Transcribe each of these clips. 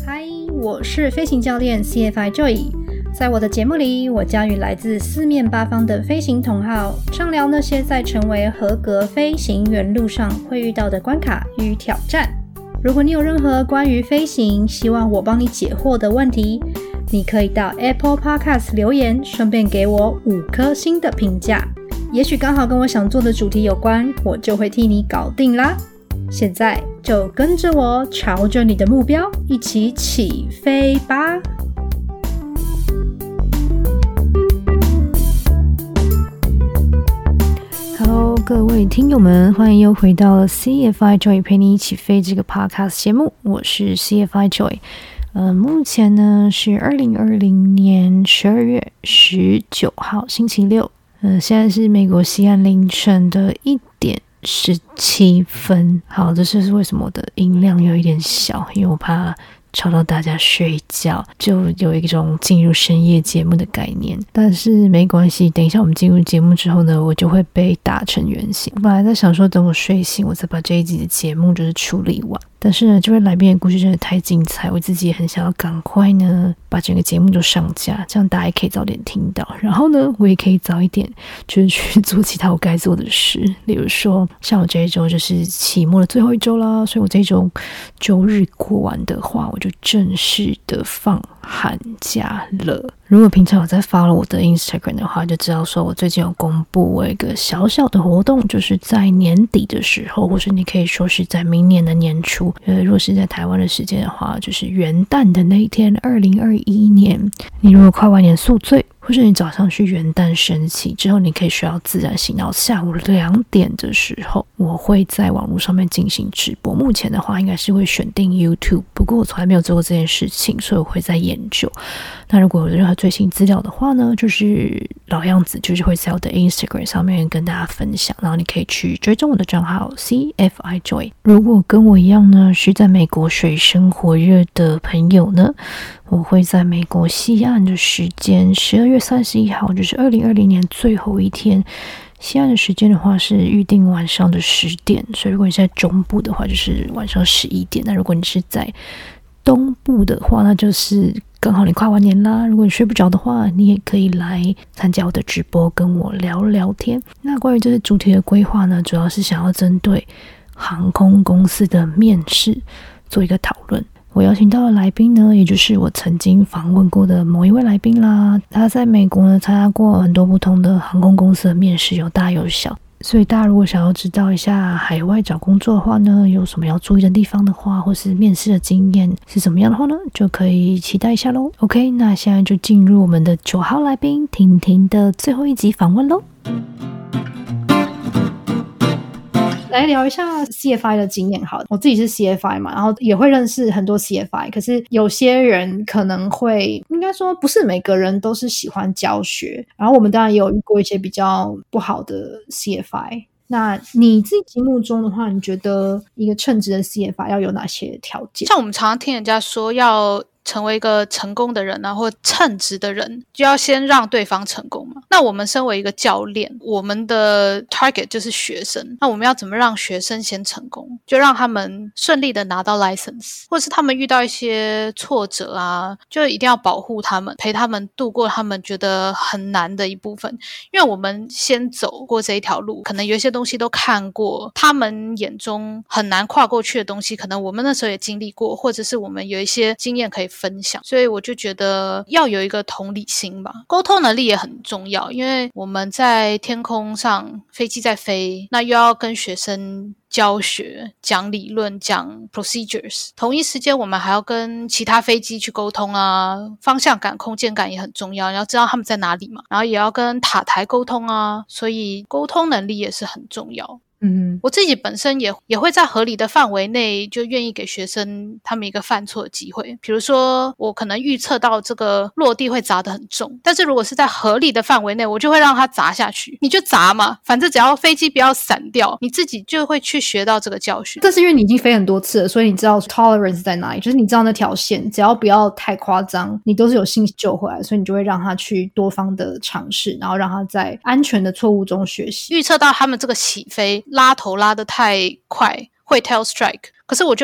嗨，我是飞行教练 CFI Joy。在我的节目里，我将与来自四面八方的飞行同好畅聊那些在成为合格飞行员路上会遇到的关卡与挑战。如果你有任何关于飞行希望我帮你解惑的问题，你可以到 Apple Podcast 留言，顺便给我5颗星的评价。也许刚好跟我想做的主题有关，我就会替你搞定啦。现在就跟着我，朝着你的目标一起起飞吧。Hello， 各位听友们，欢迎又回到了 CFI Joy 陪你一起飞这个 podcast 节目，我是 CFI Joy。目前呢是2020年12月19号星期六，现在是美国西岸凌晨的1点17分。好，这就是为什么我的音量有一点小，因为我怕吵到大家睡觉，就有一种进入深夜节目的概念。但是没关系，等一下我们进入节目之后呢，我就会被打成原形。我本来在想说等我睡醒我再把这一集的节目就是处理完，但是呢这位来宾的故事真的太精彩，我自己也很想要赶快呢把整个节目都上架，这样大家也可以早点听到，然后呢我也可以早一点就是去做其他我该做的事。例如说像我这一周就是期末的最后一周啦，所以我这一周周日过完的话，我就正式的放寒假了。如果平常有在 follow 我的 Instagram 的话，就知道说我最近有公布我一个小小的活动，就是在年底的时候，或是你可以说是在明年的年初，如果是在台湾的时间的话，就是元旦的那一天，2021年，你如果快晚点宿醉，或是你早上去元旦升旗之后，你可以睡到自然醒，然后下午2点的时候，我会在网络上面进行直播。目前的话应该是会选定 YouTube， 不过我从来没有做过这件事情，所以我会在研究。那如果有任何最新资料的话呢，就是老样子，就是会在我的 Instagram 上面跟大家分享，然后你可以去追踪我的账号 CFI Joy。 如果跟我一样呢是在美国水深火热的朋友呢，我会在美国西岸的时间12月31号，就是2020年最后一天，西岸的时间的话是预定晚上的10点，所以如果你是在中部的话就是晚上11点，那如果你是在东部的话，那就是刚好你跨完年啦。如果你睡不着的话，你也可以来参加我的直播跟我聊聊天。那关于这个主题的规划呢，主要是想要针对航空公司的面试做一个讨论。我邀请到的来宾呢，也就是我曾经访问过的某一位来宾啦。他在美国呢参加过很多不同的航空公司的面试，有大有小。所以大家如果想要知道一下海外找工作的话呢，有什么要注意的地方的话，或是面试的经验是怎么样的话呢，就可以期待一下咯。 OK， 那现在就进入我们的9号来宾婷婷的最后一集访问咯。来聊一下 CFI 的经验好了，我自己是 CFI 嘛，然后也会认识很多 CFI， 可是有些人可能会，应该说不是每个人都是喜欢教学，然后我们当然也有遇过一些比较不好的 CFI。 那你自己心目中的话，你觉得一个称职的 CFI 要有哪些条件？ 像我们常常听人家说要成为一个成功的人啊，或称职的人，就要先让对方成功嘛。那我们身为一个教练，我们的 target 就是学生，那我们要怎么让学生先成功？就让他们顺利的拿到 license， 或是他们遇到一些挫折啊，就一定要保护他们，陪他们度过他们觉得很难的一部分。因为我们先走过这一条路，可能有一些东西都看过，他们眼中很难跨过去的东西，可能我们那时候也经历过，或者是我们有一些经验可以分享，所以我就觉得要有一个同理心吧。沟通能力也很重要，因为我们在天空上，飞机在飞，那又要跟学生教学、讲理论、讲 procedures， 同一时间我们还要跟其他飞机去沟通啊，方向感、空间感也很重要，你要知道他们在哪里嘛，然后也要跟塔台沟通啊，所以沟通能力也是很重要。我自己本身也会在合理的范围内就愿意给学生他们一个犯错的机会。比如说我可能预测到这个落地会砸得很重，但是如果是在合理的范围内，我就会让它砸下去，你就砸嘛，反正只要飞机不要散掉，你自己就会去学到这个教训。 但是因为你已经飞很多次了，所以你知道 tolerance 在哪里，就是你知道那条线只要不要太夸张，你都是有信心救回来，所以你就会让他去多方的尝试，然后让他在安全的错误中学习。 预测到他们这个起飞拉头拉得太快会 tail strike， 可是我就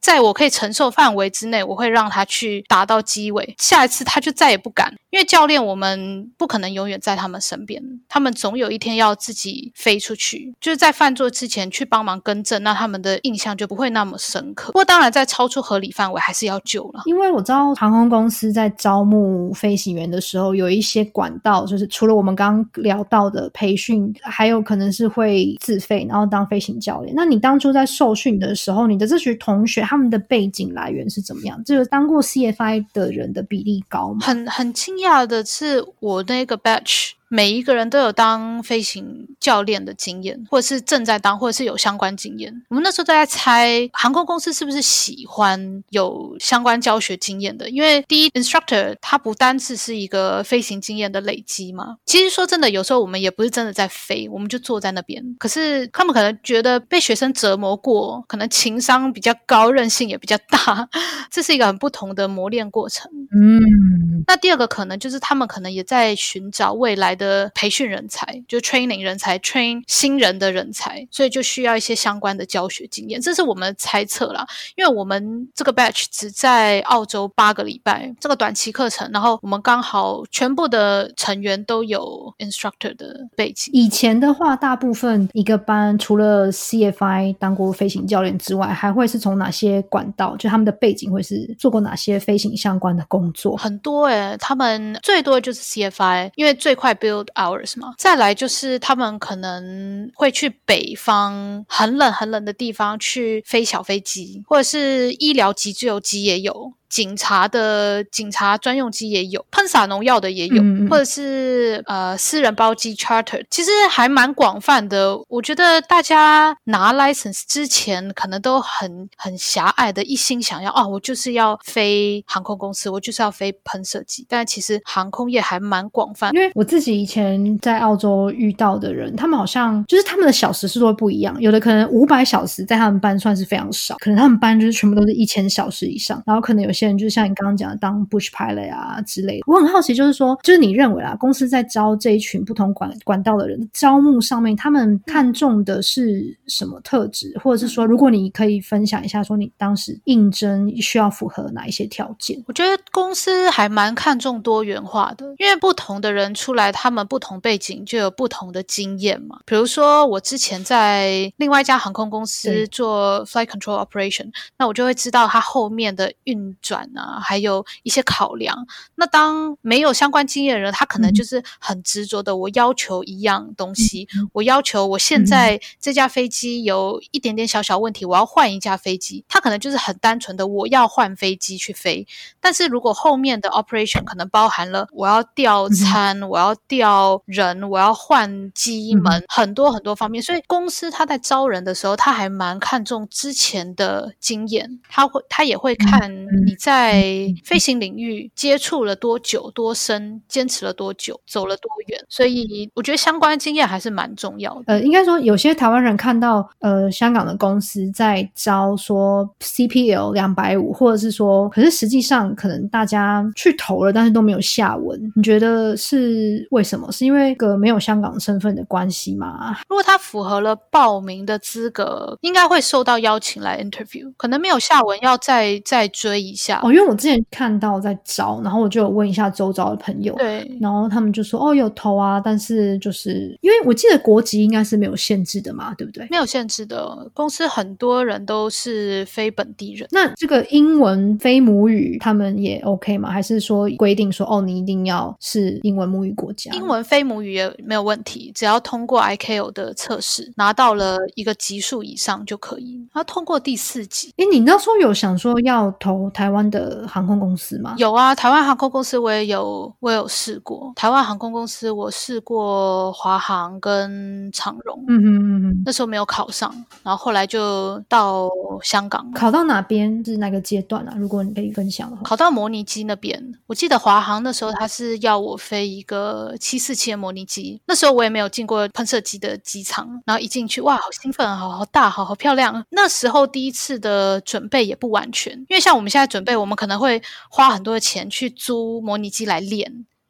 在我可以承受范围之内，我会让他去达到机尾，下一次他就再也不敢。因为教练我们不可能永远在他们身边，他们总有一天要自己飞出去，就是在犯错之前去帮忙更正，那他们的印象就不会那么深刻。不过当然在超出合理范围还是要救了。 因为我知道航空公司在招募飞行员的时候有一些管道，就是除了我们刚刚聊到的培训，还有可能是会自费然后当飞行教练。那你当初在受训的时候，你的这群同学他们的背景来源是怎么样？这个当过 CFI 的人的比例高吗？ 很惊讶的是，我那个 batch每一个人都有当飞行教练的经验，或者是正在当，或者是有相关经验。我们那时候都在猜航空公司是不是喜欢有相关教学经验的，因为第一 instructor 他不单只是一个飞行经验的累积嘛。其实说真的，有时候我们也不是真的在飞，我们就坐在那边。可是他们可能觉得被学生折磨过，可能情商比较高，韧性也比较大，这是一个很不同的磨练过程。那第二个可能就是他们可能也在寻找未来的培训人才，就 training 人才 train 新人的人才，所以就需要一些相关的教学经验，这是我们的猜测啦。因为我们这个 batch 只在澳洲8个礼拜，这个短期课程，然后我们刚好全部的成员都有 instructor 的背景。 以前的话大部分一个班除了 CFI 当过飞行教练之外，还会是从哪些管道，就他们的背景会是做过哪些飞行相关的工作？ 很多他们最多就是 CFI， 因为最快 build hours 嘛。再来就是他们可能会去北方很冷很冷的地方去飞小飞机，或者是医疗急救机也有。警察专用机也有，喷洒农药的也有，或者是私人包机 charter， 其实还蛮广泛的。我觉得大家拿 license 之前可能都很狭隘的一心想要我就是要飞航空公司，我就是要飞喷射机，但其实航空业还蛮广泛。 因为我自己以前在澳洲遇到的人，他们好像就是他们的小时数都不一样，有的可能500小时在他们班算是非常少，可能他们班就是全部都是1000小时以上，然后可能有些人就是像你刚刚讲的当 bush pilot 啊之类的。我很好奇就是说，就是你认为啦，公司在招这一群不同管道的人，招募上面他们看重的是什么特质，或者是说如果你可以分享一下说你当时应征需要符合哪一些条件？ 我觉得公司还蛮看重多元化的，因为不同的人出来，他们不同背景就有不同的经验嘛。比如说我之前在另外一家航空公司做 flight control operation， 那我就会知道它后面的运转啊，还有一些考量。那当没有相关经验的人，他可能就是很执着的，我要求一样东西，我要求我现在这架飞机有一点点小小问题，我要换一架飞机。他可能就是很单纯的我要换飞机去飞。但是如果后面的 operation 可能包含了我要调餐，我要调人，我要换机门，很多很多方面。所以公司他在招人的时候，他还蛮看重之前的经验，他也会看你在飞行领域接触了多久多深，坚持了多久，走了多远。所以我觉得相关经验还是蛮重要的。 应该说有些台湾人看到香港的公司在招说 CPL 250，或者是说可是实际上可能大家去投了但是都没有下文，你觉得是为什么？是因为没有香港身份的关系吗？ 如果他符合了报名的资格，应该会受到邀请来 interview， 可能没有下文要再追一下。 因为我之前看到在招，然后我就有问一下周遭的朋友， 对， 然后他们就说有投啊，但是就是因为我记得国籍应该是没有限制的嘛，对不对？ 没有限制的，公司很多人都是非本地人。 那这个英文非母语他们也 OK 吗？还是说规定说你一定要是英文母语国家？ 英文非母语也没有问题，只要通过 ICAO 的测试，拿到了一个级数以上就可以。然后通过第4级。 你那时候有想说要投台湾的航空公司吗？ 有啊，台湾航空公司我有试过。台湾航空公司我试过华航跟长荣，那时候没有考上，然后后来就到香港。 考到哪边是哪个阶段啊？如果你可以分享的话。 考到模拟机那边，我记得华航那时候他是要我飞一个747的模拟机，那时候我也没有进过喷射机的机舱，然后一进去哇，好兴奋，好大，好漂亮。那时候第一次的准备也不完全，因为像我们现在准备，我们可能会花很多的钱去租模拟机来练。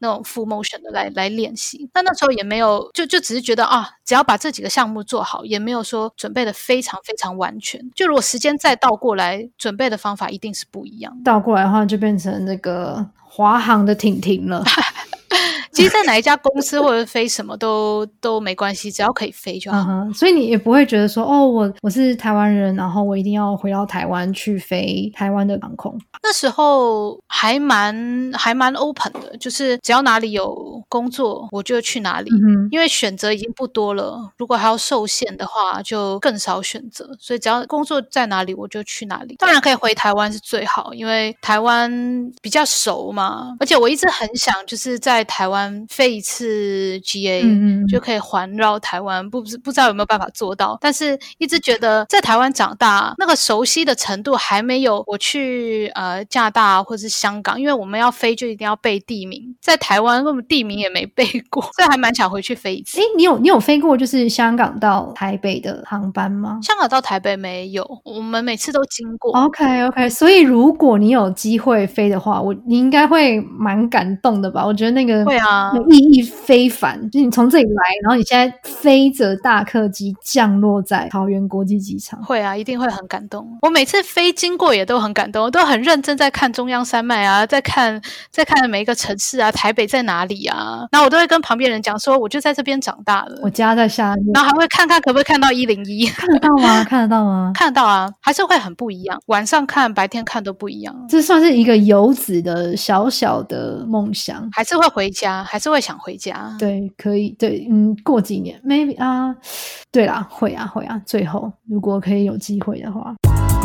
那种 full motion 的来练习。那时候也没有就只是觉得啊，只要把这几个项目做好，也没有说准备的非常非常完全。就如果时间再倒过来，准备的方法一定是不一样的。 倒过来的话就变成那个华航的婷婷了。 其实在哪一家公司或者飞什么都没关系，只要可以飞就好。 所以你也不会觉得说我是台湾人，然后我一定要回到台湾去飞台湾的航空。 那时候还蛮 open 的，就是只要哪里有工作我就去哪里，因为选择已经不多了，如果还要受限的话就更少选择，所以只要工作在哪里我就去哪里。当然可以回台湾是最好，因为台湾比较熟嘛，而且我一直很想就是在台湾飞一次 GA，就可以环绕台湾，不知道有没有办法做到，但是一直觉得在台湾长大，那个熟悉的程度还没有我去加拿大或是香港，因为我们要飞就一定要背地名，在台湾根本地名也没背过，所以还蛮想回去飞一次。 你有飞过就是香港到台北的航班吗？ 香港到台北没有，我们每次都经过。 OK， 所以如果你有机会飞的话，你应该会蛮感动的吧？我觉得那个会啊， 意义非凡，就是你从这里来，然后你现在飞着大客机降落在桃园国际机场。 会啊，一定会很感动。我每次飞经过也都很感动，我都很认真在看中央山脉啊，在看每一个城市啊，台北在哪里啊，然后我都会跟旁边人讲说我就在这边长大了， 我家在下面， 然后还会看看可不可以看到101。 看得到吗？看得到吗？ 看得到啊，还是会很不一样，晚上看白天看都不一样。 这算是一个游子的小小的梦想， 还是会回家，还是会想回家。 对，可以，对，过几年 maybe 啊，对啦，会啊，最后如果可以有机会的话。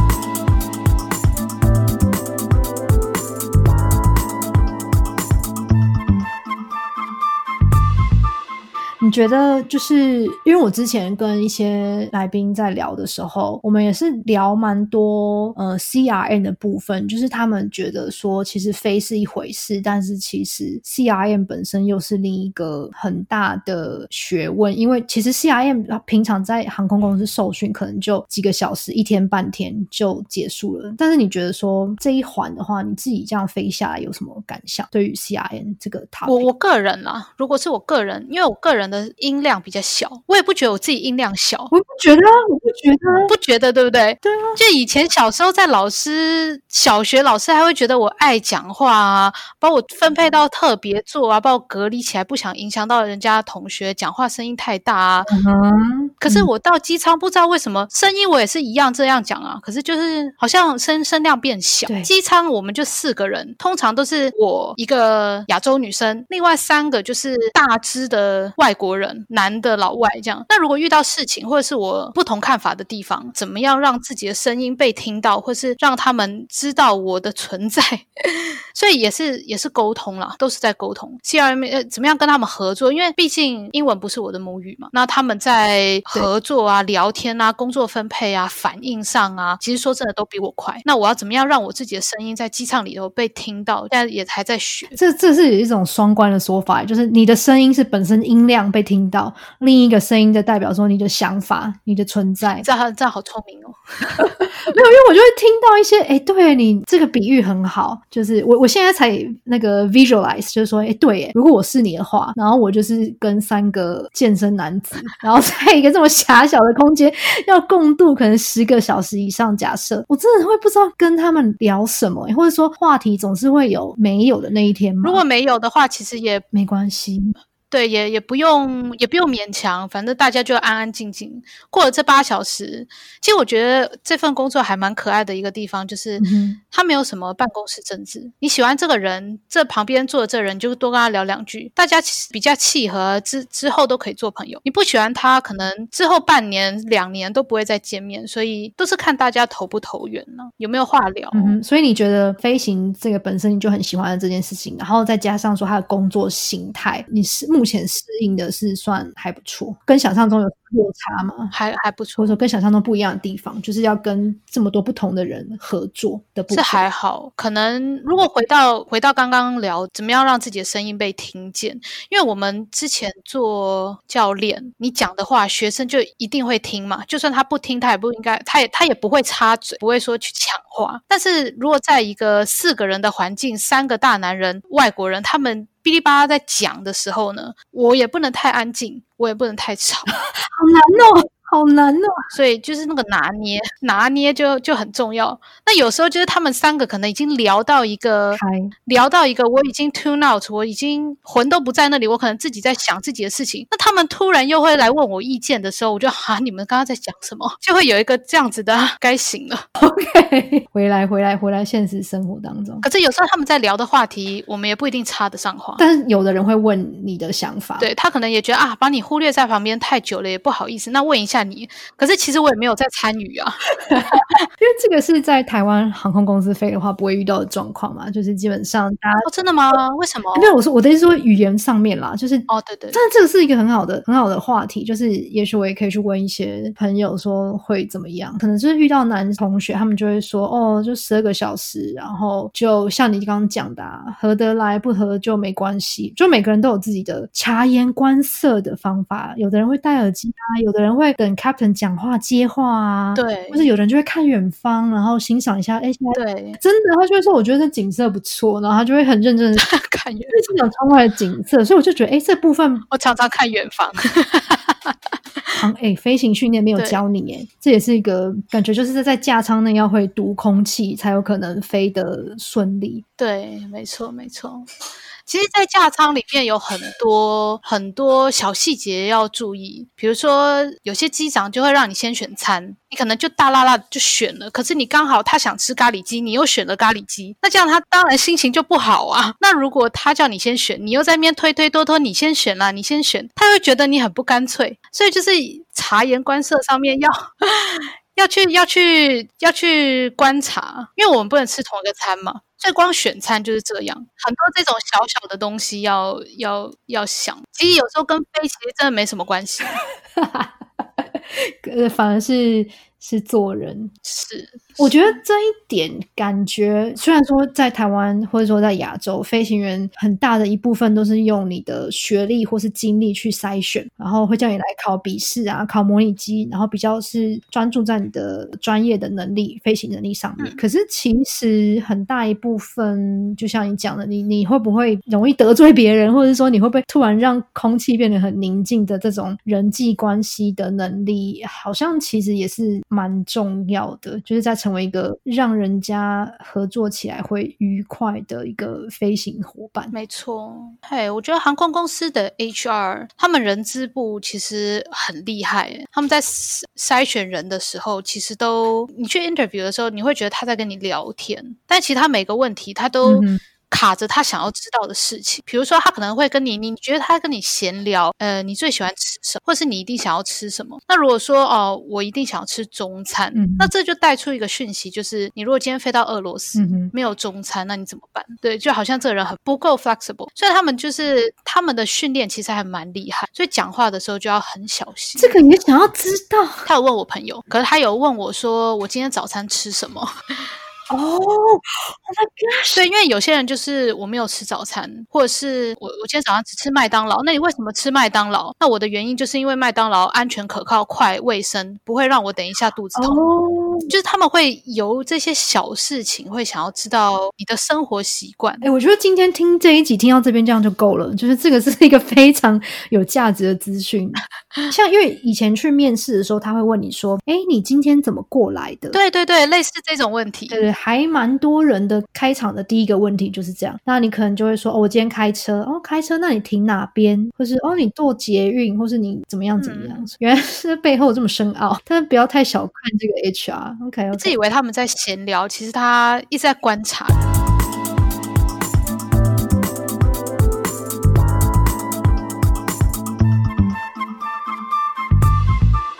你觉得就是因为我之前跟一些来宾在聊的时候，我们也是聊蛮多CRM 的部分，就是他们觉得说其实飞是一回事，但是其实 CRM 本身又是另一个很大的学问，因为其实 CRM 平常在航空公司受训可能就几个小时一天半天就结束了，但是你觉得说这一环的话，你自己这样飞下来有什么感想？对于 CRM 这个 topic？ 我个人啦，如果是我个人，因为我个人的音量比较小，我也不觉得我自己音量小， 我不觉得， 不觉得，对不对？ 对啊， 就以前小时候在小学老师还会觉得我爱讲话啊，把我分配到特别座啊，把我隔离起来，不想影响到人家同学讲话声音太大啊。可是我到机舱不知道为什么声音我也是一样这样讲啊，可是就是好像声量变小。机舱我们就4个人，通常都是我一个亚洲女生，另外3个就是大只的外国人，男的老外这样。那如果遇到事情或者是我不同看法的地方，怎么样让自己的声音被听到，或是让他们知道我的存在所以也是沟通啦，都是在沟通 CRM 怎么样跟他们合作，因为毕竟英文不是我的母语嘛，那他们在合作啊、聊天啊、工作分配啊、反应上啊，其实说真的都比我快。那我要怎么样让我自己的声音在机场里头被听到，现在也还在学。 这是有一种双关的说法，就是你的声音是本身音量被听到，另一个声音就代表说你的想法、你的存在。 这样好聪明哦没有，因为我就会听到一些对你这个比喻很好，就是我现在才那个 visualize， 就是说对如果我是你的话，然后我就是跟3个健身男子然后在一个这么狭小的空间要共度可能10个小时以上，假设我真的会不知道跟他们聊什么，或者说话题总是会有没有的那一天吗？ 如果没有的话其实也没关系， 对，也不用勉强，反正大家就安安静静过了这8小时。其实我觉得这份工作还蛮可爱的一个地方，就是它没有什么办公室政治。你喜欢这个人，这旁边坐的这人就多跟他聊2句，大家比较契合，之后都可以做朋友。你不喜欢他，可能之后半年、2年都不会再见面，所以都是看大家投不投缘呢，有没有话聊。 所以你觉得飞行这个本身你就很喜欢这件事情，然后再加上说它的工作形态，你是目前适应的是算还不错，跟想象中有什么落差吗？ 还不错， 或者说跟想象中不一样的地方，就是要跟这么多不同的人合作的部分。 是还好，可能如果回到刚刚聊怎么样让自己的声音被听见，因为我们之前做教练，你讲的话学生就一定会听嘛，就算他不听，他也不应该，他也不会插嘴，不会说去抢话。但是如果在一个4个人的环境，3个大男人外国人，他们哔哩吧啦在讲的时候呢，我也不能太安静，我也不能太吵， 好难哦，好难哦。 所以就是那个拿捏就很重要。那有时候就是他们3个可能已经聊到一个我已经 tune out， 我已经魂都不在那里，我可能自己在想自己的事情。那他们突然又会来问我意见的时候，我就你们刚刚在讲什么？就会有一个这样子的该醒了。 OK， 回来现实生活当中。 可是有时候他们在聊的话题，我们也不一定插得上话。 但是有的人会问你的想法， 对，他可能也觉得把你忽略在旁边太久了，也不好意思，那问一下你。可是其实我也没有在参与啊。 因为这个是在台湾航空公司飞的话不会遇到的状况嘛，就是基本上大家真的吗？为什么？ 没有，我的意思说语言上面啦，就是对， 但这个是一个很好的话题，就是也许我也可以去问一些朋友说会怎么样，可能就是遇到男同学，他们就会说就12个小时，然后就像你刚刚讲的合得来不合就没关系，就每个人都有自己的察言观色的方法，有的人会戴耳机有的人会等 Captain 讲话接话对， 或者有人就会看远方，然后欣赏一下现在对， 真的他就会说我觉得这景色不错，然后他就会很认真的看远欣赏窗外的景色，所以我就觉得这部分我常常看远方。 飞行训练没有教你这也是一个感觉，就是在架舱内要会读空气才有可能飞得顺利。 对，没错。其实在架舱里面有很多小细节要注意，比如说有些机长就会让你先选餐，你可能就大啦啦就选了，可是你刚好他想吃咖喱鸡，你又选了咖喱鸡，那这样他当然心情就不好啊。那如果他叫你先选，你又在那边推拖，你先选啦，你先选，他会觉得你很不干脆。所以就是察言观色上面要去观察，因为我们不能吃同一个餐嘛，所以光选餐就是这样，很多这种小小的东西要想。其实有时候跟飞其实真的没什么关系， 反而是做人。 是我觉得这一点感觉，虽然说在台湾或者说在亚洲，飞行员很大的一部分都是用你的学历或是经历去筛选，然后会叫你来考笔试考模拟机，然后比较是专注在你的专业的能力飞行能力上面。可是其实很大一部分就像你讲的，你会不会容易得罪别人，或者说你会不会突然让空气变得很宁静的这种人际关系的能力，好像其实也是蛮重要的，就是在成为一个让人家合作起来会愉快的一个飞行伙伴。 没错，我觉得航空公司的 HR 他们人资部其实很厉害，他们在筛选人的时候，其实你去 interview 的时候，你会觉得他在跟你聊天，但其实他每个问题他都卡着他想要知道的事情。比如说他可能会跟你觉得他跟你闲聊你最喜欢吃什么，或是你一定想要吃什么。那如果说我一定想要吃中餐，那这就带出一个讯息，就是你如果今天飞到俄罗斯没有中餐，那你怎么办？对，就好像这个人很不够 flexible。所以他们的训练其实还蛮厉害，所以讲话的时候就要很小心。 这个也想要知道。 他有问我朋友，可是他有问我说我今天早餐吃什么。 Oh my gosh！ 对，因为有些人就是我没有吃早餐，或者是我今天早上只吃麦当劳，那你为什么吃麦当劳？那我的原因就是因为麦当劳安全可靠、快、卫生，不会让我等一下肚子痛。就是他们会由这些小事情会想要知道你的生活习惯。 我觉得今天听这一集听到这边这样就够了，就是这个是一个非常有价值的资讯。像因为以前去面试的时候，他会问你说你今天怎么过来的？ 对对对，类似这种问题。 对，还蛮多人的开场的第一个问题就是这样。那你可能就会说我今天开车。开车那你停哪边？或是你坐捷运，或是你怎么样怎么样。原来是背后这么深奥，但是不要太小看这个 HR。 自以为他们在闲聊，其实他一直在观察。 因为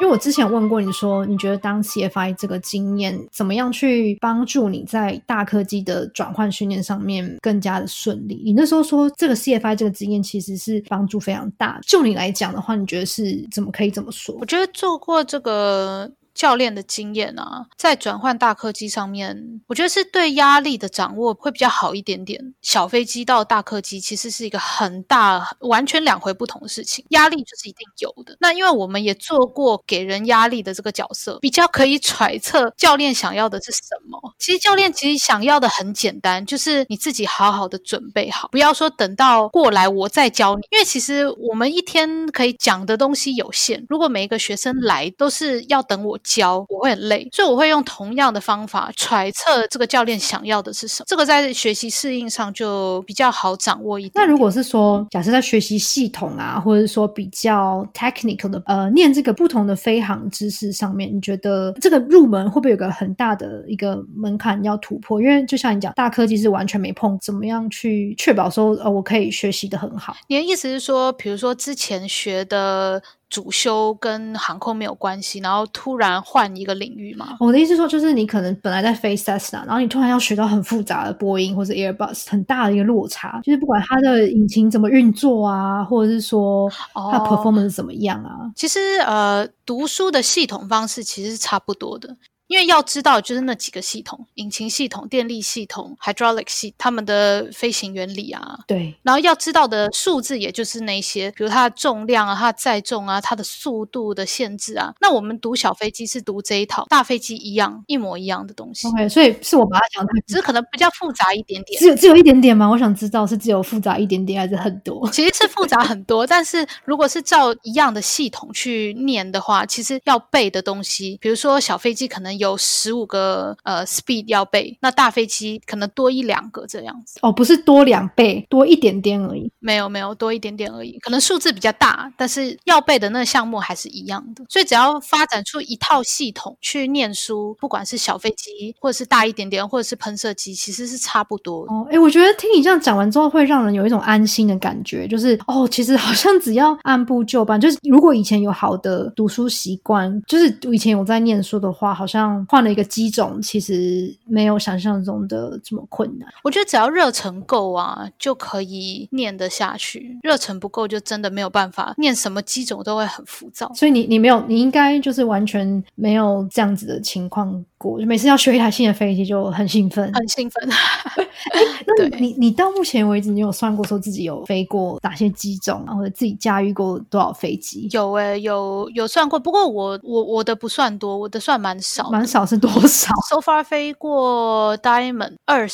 因为我之前有问过你说，你觉得当 CFI 这个经验怎么样去帮助你在大科技的转换训练上面更加的顺利？你那时候说这个 CFI 这个经验其实是帮助非常大的，就你来讲的话，你觉得是怎么可以这么说？ 我觉得做过这个教练的经验啊，在转换大客机上面，我觉得是对压力的掌握会比较好一点点。小飞机到大客机其实是一个很大完全两回不同的事情，压力就是一定有的。那因为我们也做过给人压力的这个角色，比较可以揣测教练想要的是什么。其实教练其实想要的很简单，就是你自己好好的准备好，不要说等到过来我再教你，因为其实我们一天可以讲的东西有限，如果每一个学生来都是要等我教，我会很累，所以我会用同样的方法揣测这个教练想要的是什么，这个在学习适应上就比较好掌握一点点。 那如果是说假设在学习系统啊，或者是说比较 technical 的念这个不同的飞行知识上面，你觉得这个入门会不会有个很大的一个门槛要突破？因为就像你讲，大科技是完全没碰，怎么样去确保说我可以学习的很好？ 你的意思是说，比如说之前学的主修跟航空没有关系，然后突然换一个领域吗？ 我的意思说，就是你可能本来在飞 Cessna， 然后你突然要学到很复杂的波音或是 Airbus， 很大的一个落差，就是不管它的引擎怎么运作啊，或者是说它的 performance 怎么样啊。 其实读书的系统方式其实是差不多的。因为要知道就是那几个系统，引擎系统、电力系统、hydraulic 系他们的飞行原理啊， 对， 然后要知道的数字也就是那些，比如它的重量啊、它的载重啊、它的速度的限制啊。那我们读小飞机是读这一套，大飞机一样，一模一样的东西。 OK， 所以是我把它讲太复杂， 只是可能比较复杂一点点。 只有一点点吗？我想知道是只有复杂一点点还是很多？ 其实是复杂很多，但是如果是照一样的系统去念的话，其实要背的东西，比如说小飞机可能有15个speed 要背，那大飞机可能多1-2个这样子。 哦，不是多2倍，多一点点而已。 没有多一点点而已，可能数字比较大，但是要背的那个项目还是一样的。所以只要发展出一套系统去念书，不管是小飞机或者是大一点点，或者是喷射机，其实是差不多的。 哦，我觉得听你这样讲完之后，会让人有一种安心的感觉，就是其实好像只要按部就班，就是如果以前有好的读书习惯，就是以前有在念书的话，好像换了一个机种，其实没有想象中的这么困难。 我觉得只要热忱够啊，就可以念得下去。热忱不够，就真的没有办法，念什么机种都会很浮躁。 所以你没有，你应该就是完全没有这样子的情况过，就每次要学一台新的飞机就很兴奋， 很兴奋。 那你到目前为止，你有算过说自己有飞过哪些机种啊，或者自己驾驭过多少飞机？ 有算过，不过我的不算多，我的算蛮少的。 蛮少是多少 ？So far 飞过 Diamond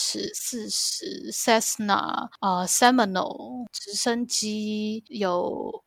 20、40 Cessna Seminole 直升机有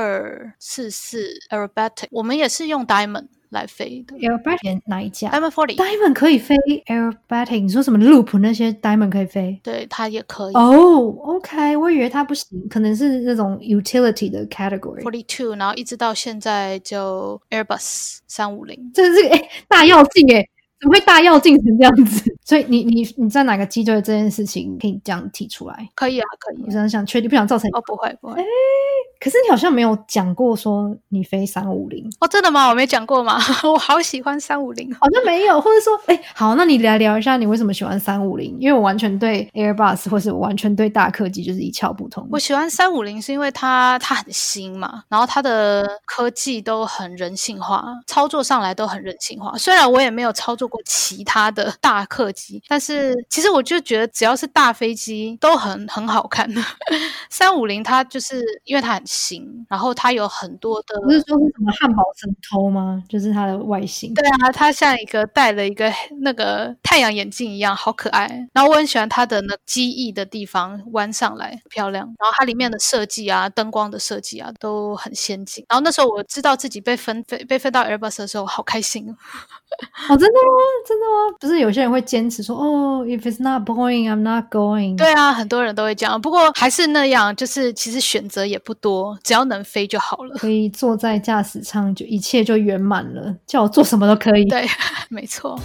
22、44 Aerobatic， 我们也是用 Diamond来飞的。 Aerobatic 哪一家 Diamond 40 Diamond 可以飞 Aerobatic， 你说什么 Loop 那些 Diamond 可以飞？ 对，它也可以。 OK， 我以为它不行，可能是那种 utility 的 category。 42，然后一直到现在就 Airbus 350。 这是大跃进怎么会大跃进成这样子？所以你在哪个机队这件事情可以这样提出来？ 可以啊，可以。 我想确定，不想造成不会。 可是你好像没有讲过说你飞350 真的吗？我没讲过吗？我好喜欢350， 好像没有，或者说好，那你来聊一下你为什么喜欢350？因为我完全对 Airbus 或是我完全对大客机就是一窍不通。 我喜欢350是因为它很新嘛，然后它的科技都很人性化，操作上来都很人性化。虽然我也没有操作过其他的大客机，但是其实我就觉得只要是大飞机都很好看。350它就是因为它很新，然后它有很多的， 不是说是什么汉堡神偷吗？就是它的外形。 对啊，它像一个戴了一个那个太阳眼镜一样，好可爱。然后我很喜欢它的那机翼的地方弯上来，漂亮。然后它里面的设计啊，灯光的设计啊，都很先进。然后那时候我知道自己被分到 Airbus 的时候，好开心真的吗？真的吗？不是有些人会坚持说if it's not Boeing, I'm not going。 对啊，很多人都会这样。不过还是那样，就是其实选择也不多，只要能飞就好了。 可以坐在驾驶舱，就一切就圆满了，叫我做什么都可以。 对，没错。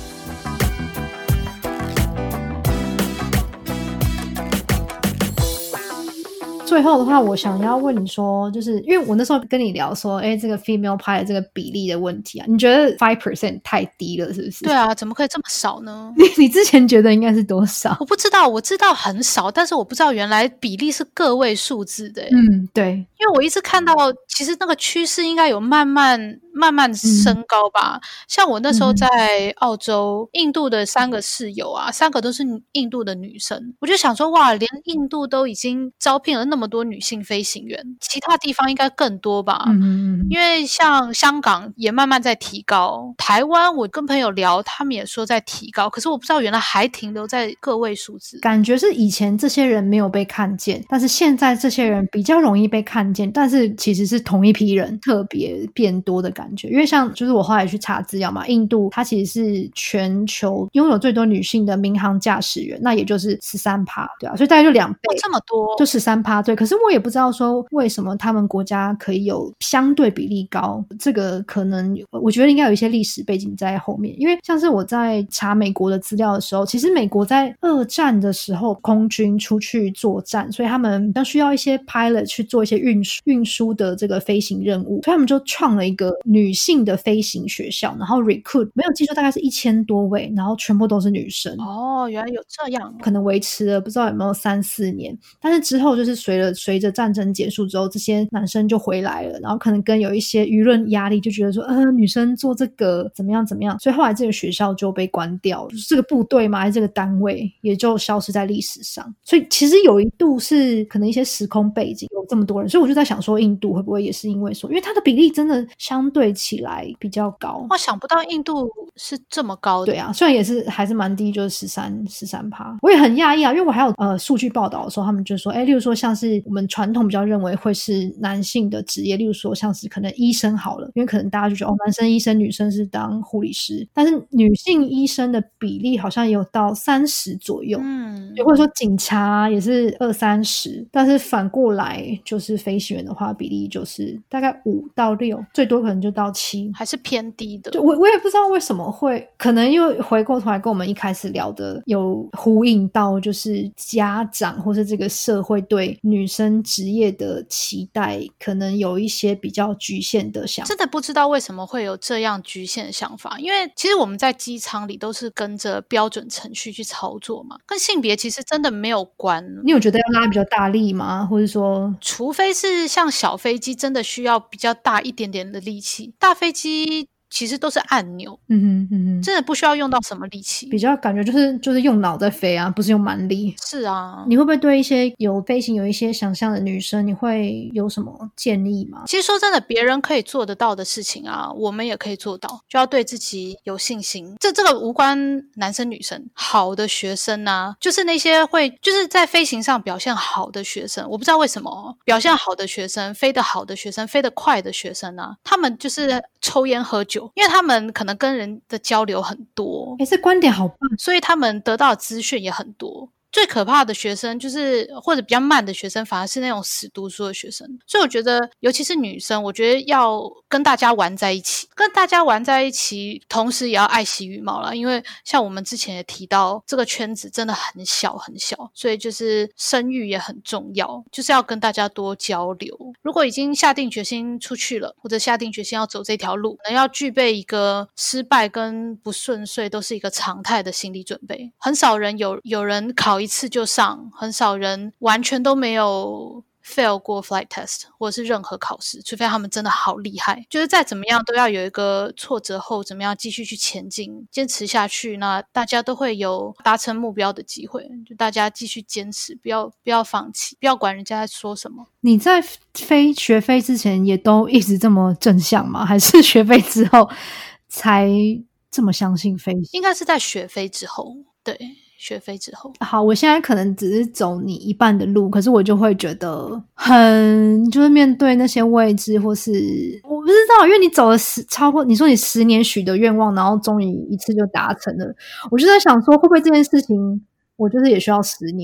最后的话，我想要问你说，就是因为我那时候跟你聊说，这个 female pilot 这个比例的问题啊，你觉得 5% 太低了，是不是？ 对啊，怎么可以这么少呢？ 你之前觉得应该是多少？ 我不知道，我知道很少，但是我不知道原来比例是个位数字的。 对， 因为我一直看到，其实那个趋势应该有慢慢升高吧。像我那时候在澳洲，印度的3个室友啊，3个都是印度的女生，我就想说，哇，连印度都已经招聘了那么多女性飞行员，其他地方应该更多吧。因为像香港也慢慢在提高，台湾我跟朋友聊，他们也说在提高，可是我不知道原来还停留在个位数字。 感觉是以前这些人没有被看见，但是现在这些人比较容易被看见，但是其实是同一批人特别变多的感觉。因为像就是我后来去查资料嘛，印度它其实是全球拥有最多女性的民航驾驶员，那也就是 13%， 对啊，所以大概就2倍， 这么多， 就 13%， 对。可是我也不知道说为什么他们国家可以有相对比例高，这个可能我觉得应该有一些历史背景在后面。因为像是我在查美国的资料的时候，其实美国在2战的时候空军出去作战，所以他们需要一些 pilot 去做一些运输的这个飞行任务，所以他们就创了一个女性的飞行学校，然后 recruit 没有记错大概是1000多位，然后全部都是女生。 哦，原来有这样， 可能维持了不知道有没有3-4年，但是之后就是随着战争结束之后，这些男生就回来了，然后可能跟有一些舆论压力，就觉得说女生做这个怎么样怎么样，所以后来这个学校就被关掉了，就是这个部队嘛还是这个单位也就消失在历史上。所以其实有一度是可能一些时空背景有这么多人，所以我就在想说印度会不会也是因为说因为它的比例真的相对起来比较高。 我想不到印度是这么高的。 对啊，虽然也是还是蛮低，就是 13%。我也很讶异啊，因为我还有数据报道的时候他们就说例如说像是我们传统比较认为会是男性的职业，例如说像是可能医生好了，因为可能大家就觉得男生医生女生是当护理师，但是女性医生的比例好像也有到30左右，或者说警察也是20-30%，但是反过来就是飞行员的话比例就是大概5到6，最多可能就到7， 还是偏低的。 对，我也不知道为什么会，可能又回过头来跟我们一开始聊的有呼应到，就是家长或是这个社会对女生职业的期待可能有一些比较局限的想法。 真的不知道为什么会有这样局限的想法，因为其实我们在机舱里都是跟着标准程序去操作嘛，跟性别其实真的没有关。 你有觉得要拉比较大力吗？或者说除非是像小飞机真的需要比较大一点点的力气，大飞机其实都是按钮，真的不需要用到什么力气， 比较感觉就是用脑在飞啊，不是用蛮力。 是啊， 你会不会对一些有飞行有一些想象的女生，你会有什么建议吗？ 其实说真的，别人可以做得到的事情啊，我们也可以做到，就要对自己有信心。这个无关男生女生，好的学生啊，就是那些就是在飞行上表现好的学生，我不知道为什么表现好的学生、飞得好的学生、飞得快的学生啊，他们就是抽烟喝酒，因为他们可能跟人的交流很多， 这观点好棒， 所以他们得到的资讯也很多。最可怕的学生就是或者比较慢的学生反而是那种死读书的学生，所以我觉得尤其是女生，我觉得要跟大家玩在一起，同时也要爱惜羽毛啦，因为像我们之前也提到这个圈子真的很小很小，所以就是声誉也很重要，就是要跟大家多交流。如果已经下定决心出去了，或者下定决心要走这条路，可能要具备一个失败跟不顺遂都是一个常态的心理准备。很少人有人考一次就上，很少人完全都没有 fail 过 flight test 或者是任何考试，除非他们真的好厉害，就是再怎么样都要有一个挫折后怎么样继续去前进，坚持下去，那大家都会有达成目标的机会，就大家继续坚持，不要放弃，不要管人家在说什么。 你在学飞之前也都一直这么正向吗？还是学飞之后才这么相信飞行？ 应该是在学飞之后，对，学飞之后。 好，我现在可能只是走你一半的路，可是我就会觉得就是面对那些未知，或是我不知道，因为你走了超过你说你10年许的愿望，然后终于一次就达成了，我就在想说会不会这件事情我就是也需要10年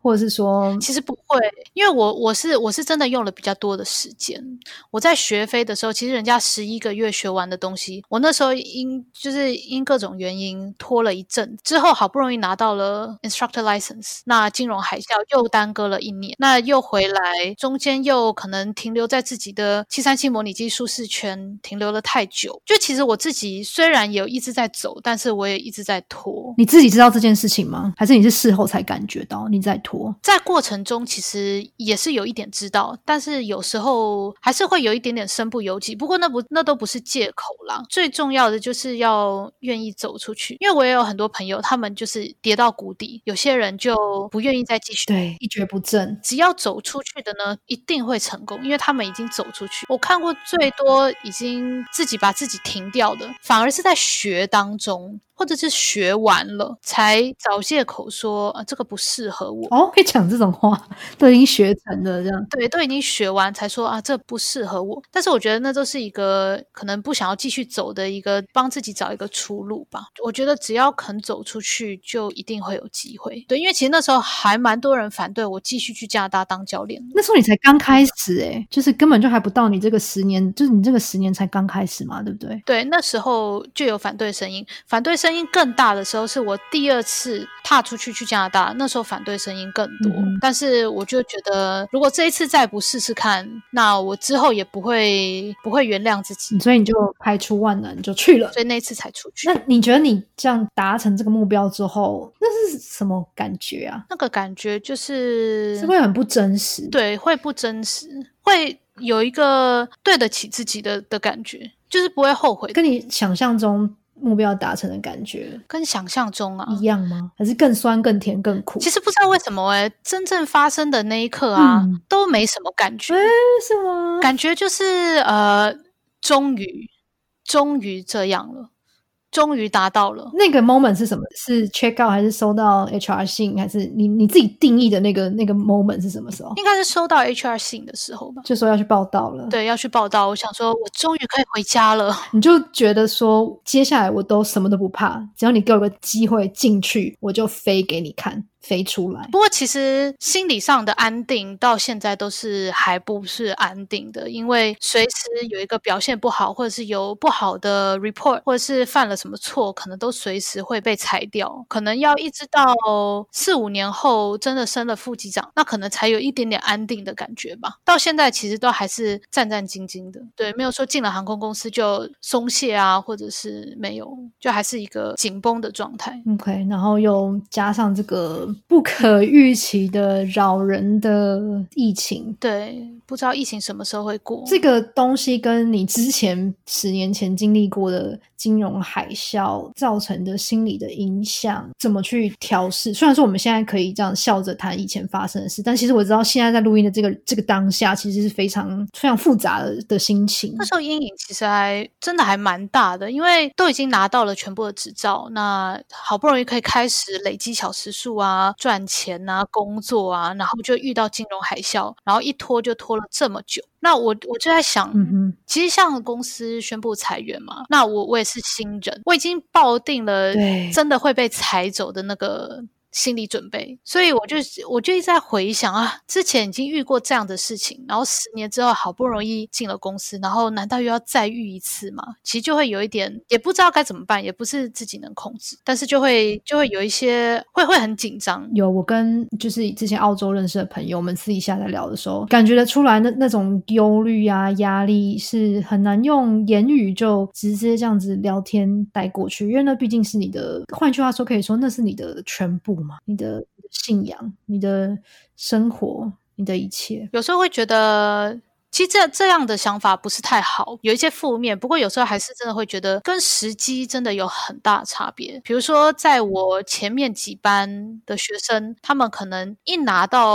或者是说其实不会，因为我是真的用了比较多的时间。我在学飞的时候，其实人家11个月学完的东西，我那时候因各种原因拖了一阵，之后好不容易拿到了 instructor license， 那金融海啸又耽搁了1年，那又回来，中间又可能停留在自己的737模拟机舒适圈，停留了太久。就其实我自己虽然有一直在走，但是我也一直在拖。 你自己知道这件事情吗？还是你是事后才感觉到你在拖？ 在过程中其实也是有一点知道，但是有时候还是会有一点点身不由己。不过那都不是借口啦，最重要的就是要愿意走出去。因为我也有很多朋友，他们就是跌到谷底，有些人就不愿意再继续， 对，一蹶不振。 只要走出去的呢，一定会成功，因为他们已经走出去。我看过最多已经自己把自己停掉的，反而是在学当中，或者是学完了才找借口说这个不适合我。 哦，会讲这种话，都已经学成了这样。 对，都已经学完才说这不适合我。但是我觉得那都是一个可能不想要继续走的一个帮自己找一个出路吧。我觉得只要肯走出去，就一定会有机会。对，因为其实那时候还蛮多人反对我继续去加拿大当教练。 那时候你才刚开始就是根本就还不到你这个10年，就是你这个10年才刚开始嘛，对不对？ 对，那时候就有反对声音，反对声音更大的时候是我第2次踏出去加拿大，那时候反对声音更多。但是我就觉得如果这一次再不试试看，那我之后也不会原谅自己， 所以你就排除万难就去了， 所以那一次才出去。 那你觉得你这样达成这个目标之后，那是什么感觉啊？ 那个感觉就是会很不真实。 对，会不真实，会有一个对得起自己的感觉，就是不会后悔。 跟你想象中目标达成的感觉跟想象中一样吗？还是更酸更甜更苦？ 其实不知道为什么真正发生的那一刻都没什么感觉。 是吗？ 感觉就是终于这样了，终于达到了。 那个 moment 是什么？是 check out 还是收到 HR 信，还是你自己定义的那个 moment 是什么时候？ 应该是收到 HR 信的时候吧， 就说要去报到了。 对，要去报到。我想说我终于可以回家了。 你就觉得说接下来我都什么都不怕，只要你给我个机会进去，我就飞给你看，飞出来。 不过其实心理上的安定到现在都是还不是安定的，因为随时有一个表现不好，或者是有不好的 report， 或者是犯了什么错，可能都随时会被裁掉，可能要一直到4-5年后真的升了副机长，那可能才有一点点安定的感觉吧。到现在其实都还是战战兢兢的，对，没有说进了航空公司就松懈啊，或者是没有，就还是一个紧绷的状态。 OK， 然后又加上这个不可预期的扰人的疫情， 对，不知道疫情什么时候会过。 这个东西跟你之前10年前经历过的金融海啸造成的心理的影响，怎么去调试？虽然说我们现在可以这样笑着谈以前发生的事，但其实我知道现在在录音的这个当下，其实是非常非常复杂的心情。 那时候阴影其实真的还蛮大的，因为都已经拿到了全部的执照，那好不容易可以开始累积小时数啊，赚钱啊，工作啊，然后就遇到金融海啸，然后一拖就拖了这么久。那我就在想，其实像公司宣布裁员嘛，那我也是新人，我已经抱定了真的会被裁走的那个心理准备，所以我就一直在回想之前已经遇过这样的事情，然后10年之后好不容易进了公司，然后难道又要再遇一次吗？其实就会有一点也不知道该怎么办，也不是自己能控制，但是就会有一些会很紧张。 有，我跟就是之前澳洲认识的朋友，我们私底下在聊的时候，感觉得出来那种忧虑啊、压力是很难用言语就直接这样子聊天带过去，因为那毕竟是你的，换句话说可以说那是你的全部嘛，你的信仰、你的生活、你的一切。 有时候会觉得其实这样的想法不是太好，有一些负面，不过有时候还是真的会觉得跟时机真的有很大差别。比如说在我前面几班的学生，他们可能一拿到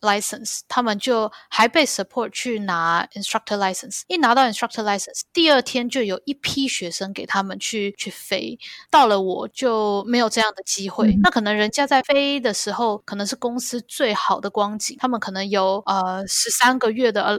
license， 他们就还被 support 去拿 instructor license。 一拿到 instructor license， 第二天就有一批学生给他们去飞，到了我就没有这样的机会。那可能人家在飞的时候可能是公司最好的光景，他们可能有13个月的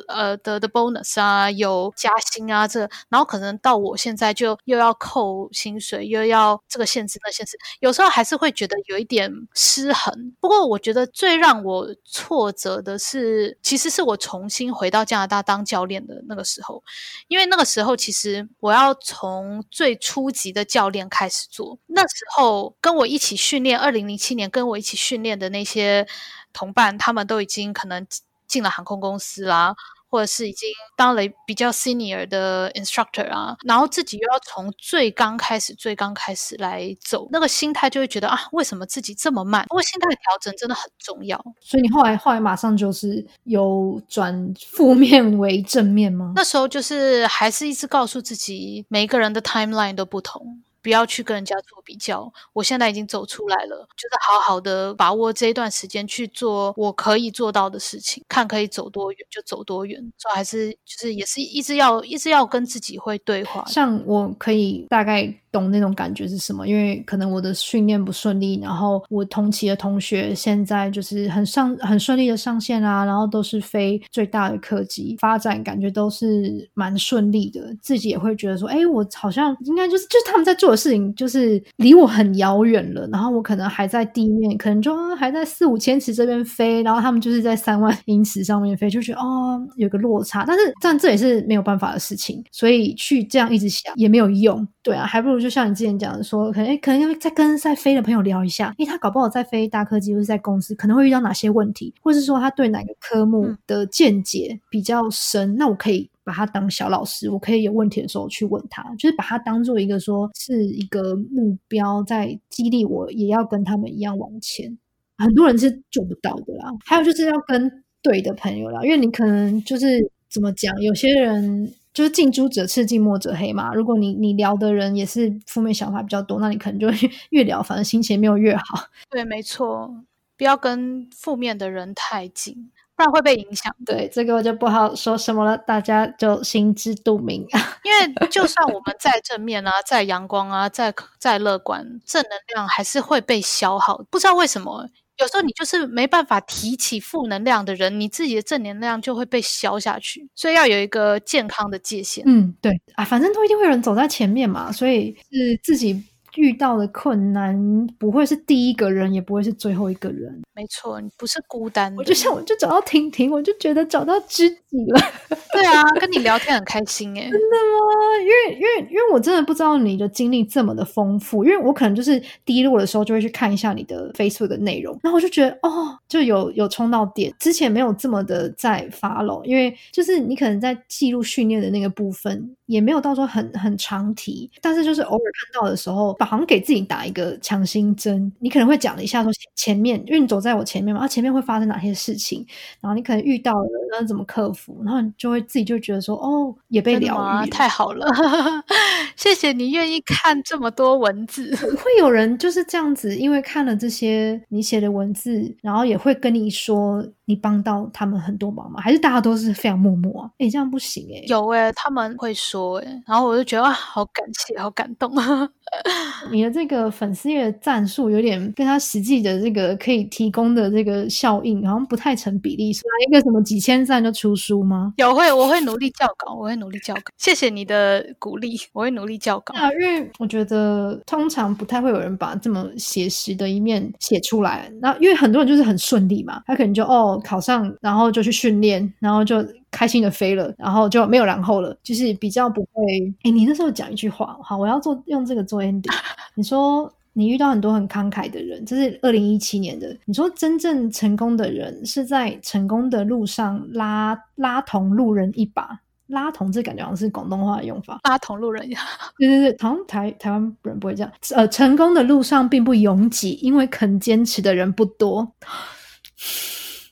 bonus 啊，有加薪啊，然后可能到我现在就又要扣薪水，又要这个限制那限制，有时候还是会觉得有一点失衡。不过我觉得最让我挫折的是，其实是我重新回到加拿大当教练的那个时候。因为那个时候其实我要从最初级的教练开始做，那时候跟我一起训练2007年跟我一起训练的那些同伴，他们都已经可能进了航空公司啦，或者是已经当了比较 senior 的 instructor 啊，然后自己又要从最刚开始来走，那个心态就会觉得啊，为什么自己这么慢？不过心态的调整真的很重要。 所以你后来马上就是有转负面为正面吗？ 那时候就是还是一直告诉自己，每一个人的 timeline 都不同，不要去跟人家做比较。我现在已经走出来了，就是好好的把握这一段时间去做我可以做到的事情，看可以走多远就走多远。所以还是就是也是一直要跟自己会对话。 像我可以大概懂那种感觉是什么，因为可能我的训练不顺利，然后我同期的同学现在就是很顺利的上线啊，然后都是飞最大的客机，发展感觉都是蛮顺利的，自己也会觉得说我好像应该就是他们在做的事情就是离我很遥远了，然后我可能还在地面，可能就还在4-5千尺这边飞，然后他们就是在3万英尺上面飞，就觉得有个落差，但这也是没有办法的事情，所以去这样一直想也没有用。对啊，还不如就像你之前讲的说，可能要再跟在飞的朋友聊一下，他搞不好在飞大客机或是在公司可能会遇到哪些问题，或是说他对哪个科目的见解比较深，那我可以把他当小老师，我可以有问题的时候去问他，就是把他当做一个说是一个目标在激励我也要跟他们一样往前。很多人是做不到的啦。还有就是要跟对的朋友啦，因为你可能就是怎么讲，有些人就是近朱者赤近墨者黑嘛，如果你聊的人也是负面想法比较多，那你可能就越聊反正心情没有越好。 对，没错，不要跟负面的人太近，不然会被影响。 对，这个我就不好说什么了，大家就心知肚明。 因为就算我们再正面啊，再阳光啊，再乐观，正能量还是会被消耗。不知道为什么，有时候你就是没办法提起负能量的人，你自己的正能量就会被消下去，所以要有一个健康的界限。 对啊，反正都一定会有人走在前面嘛，所以是自己遇到的困难不会是第一个人，也不会是最后一个人。 没错，你不是孤单的。 我就找到婷婷，我就觉得找到知己了。 对啊，跟你聊天很开心耶。 真的吗？因为我真的不知道你的经历这么的丰富，因为我可能就是低落的时候就会去看一下你的 Facebook 的内容，然后我就觉得就有冲到点，之前没有这么的在 follow， 因为就是你可能在记录训练的那个部分也没有到说很长提，但是就是偶尔看到的时候好像给自己打一个强心针，你可能会讲了一下说前面，因为你走在我前面嘛，前面会发生哪些事情，然后你可能遇到了然后怎么克服，然后你就会自己就觉得说也被疗愈了。 太好了。谢谢你愿意看这么多文字。 会有人就是这样子，因为看了这些你写的文字，然后也会跟你说你帮到他们很多忙吗？还是大家都是非常默默啊？这样不行有他们会说然后我就觉得好感谢好感动。 你的这个粉丝页的赞数有点跟他实际的这个可以提供的这个效应好像不太成比例，是来一个什么几千赞就出书吗？ 我会努力校稿，谢谢你的鼓励，我会努力校稿。 因为我觉得通常不太会有人把这么写实的一面写出来，那因为很多人就是很顺利嘛，他可能就考上，然后就去训练，然后就开心的飞了，然后就没有然后了，就是比较不会。你那时候讲一句话，好，我要用这个做 ending。你说你遇到很多很慷慨的人，这是2017年的。你说真正成功的人是在成功的路上拉同路人一把。拉同这感觉好像是广东话的用法， 拉同路人一对，好像台湾人不会这样。成功的路上并不拥挤，因为肯坚持的人不多。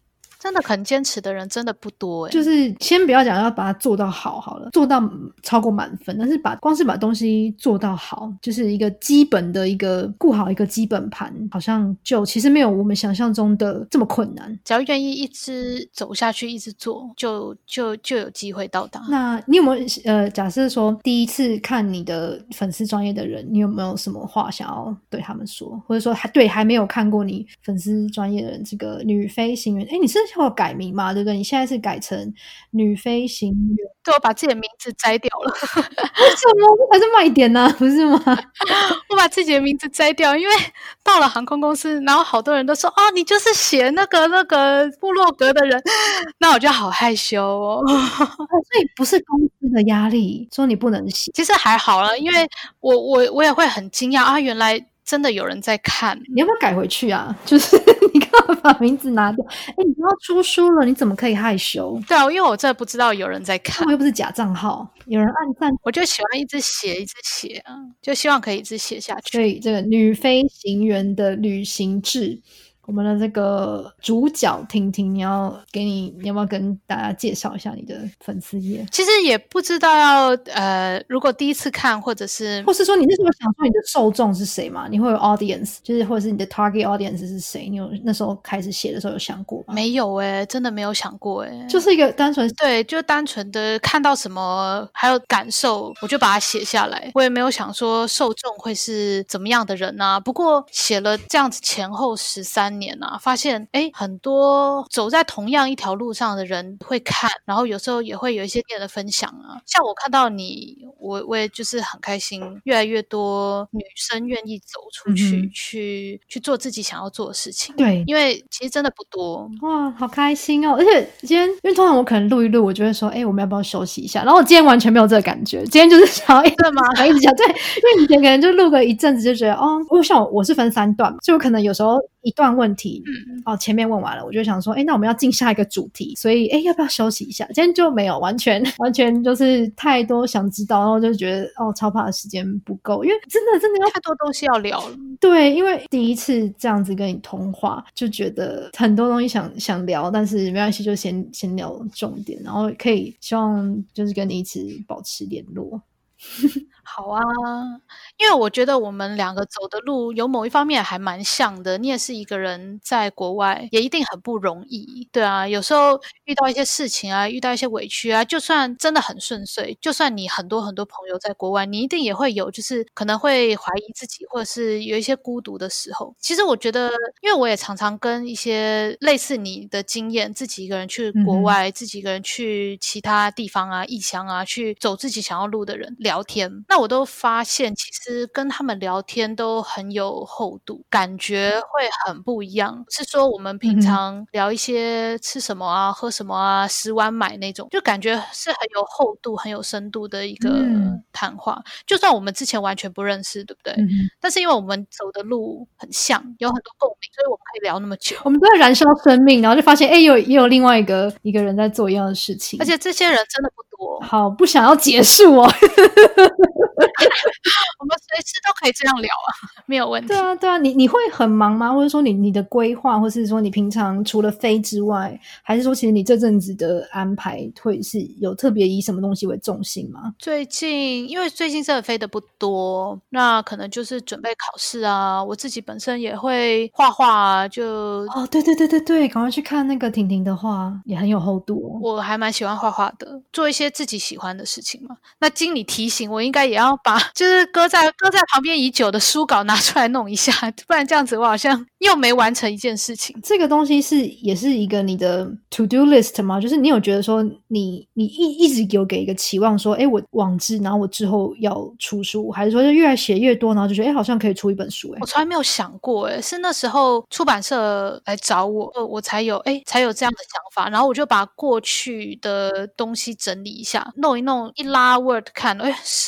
真的很坚持的人真的不多就是先不要讲要把它做到好了，做到超过满分，但是光是把东西做到好，就是一个基本的一个顾好一个基本盘，好像就其实没有我们想象中的这么困难。 只要愿意一直走下去，一直做，就有机会到达。 那你有没有假设说第一次看你的粉丝专页的人，你有没有什么话想要对他们说，或者说还没有看过你粉丝专页的人，这个女飞行员，你是要改名嘛，对不对？你现在是改成女飞行员， 对，我把自己的名字摘掉了。 为什么？这才是卖点呢，不是吗？ 我把自己的名字摘掉，因为到了航空公司，然后好多人都说你就是写那个部落格的人，那我就好害羞哦。 所以不是公司的压力说你不能写， 其实还好了，因为我也会很惊讶原来真的有人在看。 你要不要改回去啊？就是你干嘛把名字拿掉？你要出书了，你怎么可以害羞？ 对啊，因为我真的不知道有人在看， 我又不是假账号，有人按赞， 我就喜欢一直写啊，就希望可以一直写下去。 所以这个女飞行员的旅行志，我们的这个主角婷婷，你要不要跟大家介绍一下你的粉丝页？ 其实也不知道如果第一次看，或者是说你那时候想说你的受众是谁吗？你会有 audience， 就是或者是你的 target audience 是谁？你有那时候开始写的时候有想过吗？ 没有真的没有想过就是一个单纯对，就单纯的看到什么还有感受，我就把它写下来。我也没有想说受众会是怎么样的人啊。不过写了这样子前后13年啊，发现很多走在同样一条路上的人会看，然后有时候也会有一些店的分享啊。像我看到你，我也就是很开心，越来越多女生愿意走出去，去做自己想要做的事情。 对， 因为其实真的不多。 哇，好开心哦！而且今天，因为通常我可能录一录，我就会说，我们要不要休息一下？然后我今天完全没有这个感觉，今天就是想要一直讲，对，因为以前可能就录个一阵子就觉得，因为像我是分3段嘛，所以我可能有时候一段问题，前面问完了，我就想说，那我们要进下一个主题，所以要不要休息一下？今天就没有，完全就是太多想知道，然后就觉得超怕时间不够，因为真的要太多东西要聊了。 对，因为第一次这样子跟你通话，就觉得很多东西想聊，但是没关系，就先聊重点，然后可以希望就是跟你一起保持联络。 好啊，因为我觉得我们两个走的路有某一方面还蛮像的。你也是一个人在国外，也一定很不容易。对啊，有时候遇到一些事情啊，遇到一些委屈啊，就算真的很顺遂，就算你很多朋友在国外，你一定也会有就是可能会怀疑自己，或者是有一些孤独的时候。其实我觉得，因为我也常常跟一些类似你的经验，自己一个人去国外，自己一个人去其他地方啊、异乡啊，去走自己想要路的人聊天，那我都发现其实跟他们聊天都很有厚度，感觉会很不一样。是说我们平常聊一些吃什么啊、喝什么啊、10碗买那种，就感觉是很有厚度、很有深度的一个谈话。就算我们之前完全不认识，对不对？但是因为我们走的路很像，有很多共鸣，所以我们可以聊那么久。 我们都在燃烧生命，然后就发现也有另外一个人在做一样的事情， 而且这些人真的不多。 好，不想要结束哦。 我们随时都可以这样聊啊，没有问题。 对啊，你会很忙吗？或者说你的规划，或是说你平常除了飞之外，还是说其实你这阵子的安排会是有特别以什么东西为重心吗？ 因为最近真的飞的不多，那可能就是准备考试啊。我自己本身也会画画啊，就对，赶快去看那个婷婷的画，也很有厚度哦。 我还蛮喜欢画画的，做一些自己喜欢的事情嘛。那经你提醒，我应该也要把就是搁在旁边已久的书稿拿出来弄一下，不然这样子我好像又没完成一件事情。 这个东西也是一个你的 to do list 吗？就是你有觉得说你一直有给一个期望说，我网志，然后我之后要出书，还是说就越来写越多，然后就觉得好像可以出一本书？ 我从来没有想过是那时候出版社来找我才有这样的想法，然后我就把过去的东西整理一下，弄一弄，一拉 Word 看，10万字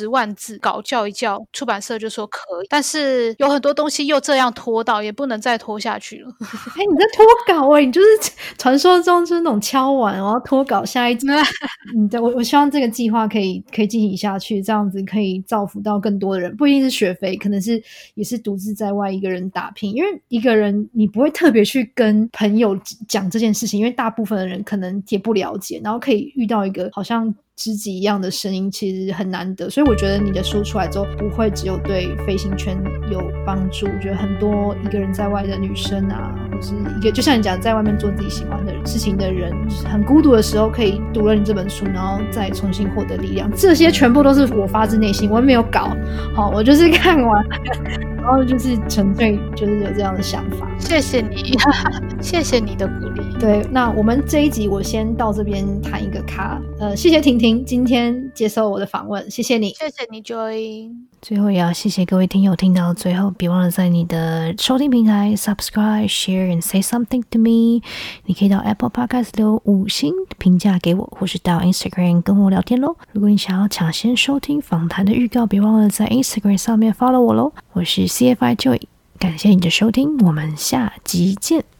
字稿叫一叫，出版社就说可以，但是有很多东西又这样拖到，也不能再拖下去了。 你在拖稿你就是传说中就是那种敲完然后拖稿下一集。我希望这个计划可以进行下去，这样子可以造福到更多的人，不一定是学费，可能是也是独自在外一个人打拼，因为一个人你不会特别去跟朋友讲这件事情，因为大部分的人可能也不了解，然后可以遇到一个好像知己一样的声音其实很难得，所以我觉得你的书出来之后不会只有对飞行圈有帮助，我觉得很多一个人在外的女生啊，或是一个就像你讲在外面做自己喜欢的事情的人，就是很孤独的时候可以读了你这本书然后再重新获得力量，这些全部都是我发自内心，我没有搞好，我就是看完然后就是纯粹就是有这样的想法。 谢谢你谢谢你的鼓励。 对，那我们这一集我先到这边谈一个卡，谢谢婷婷今天接受我的访问，谢谢你。 谢谢你 Joy。 最后也要谢谢各位听友听到最后，别忘了在你的收听平台 subscribe share and say something to me， 你可以到 Apple Podcast 留5星评价给我，或是到 Instagram 跟我聊天咯。如果你想要抢先收听访谈的预告，别忘了在 Instagram 上面 follow 我咯。我是 CFI Joy， 感谢你的收听，我们下集见。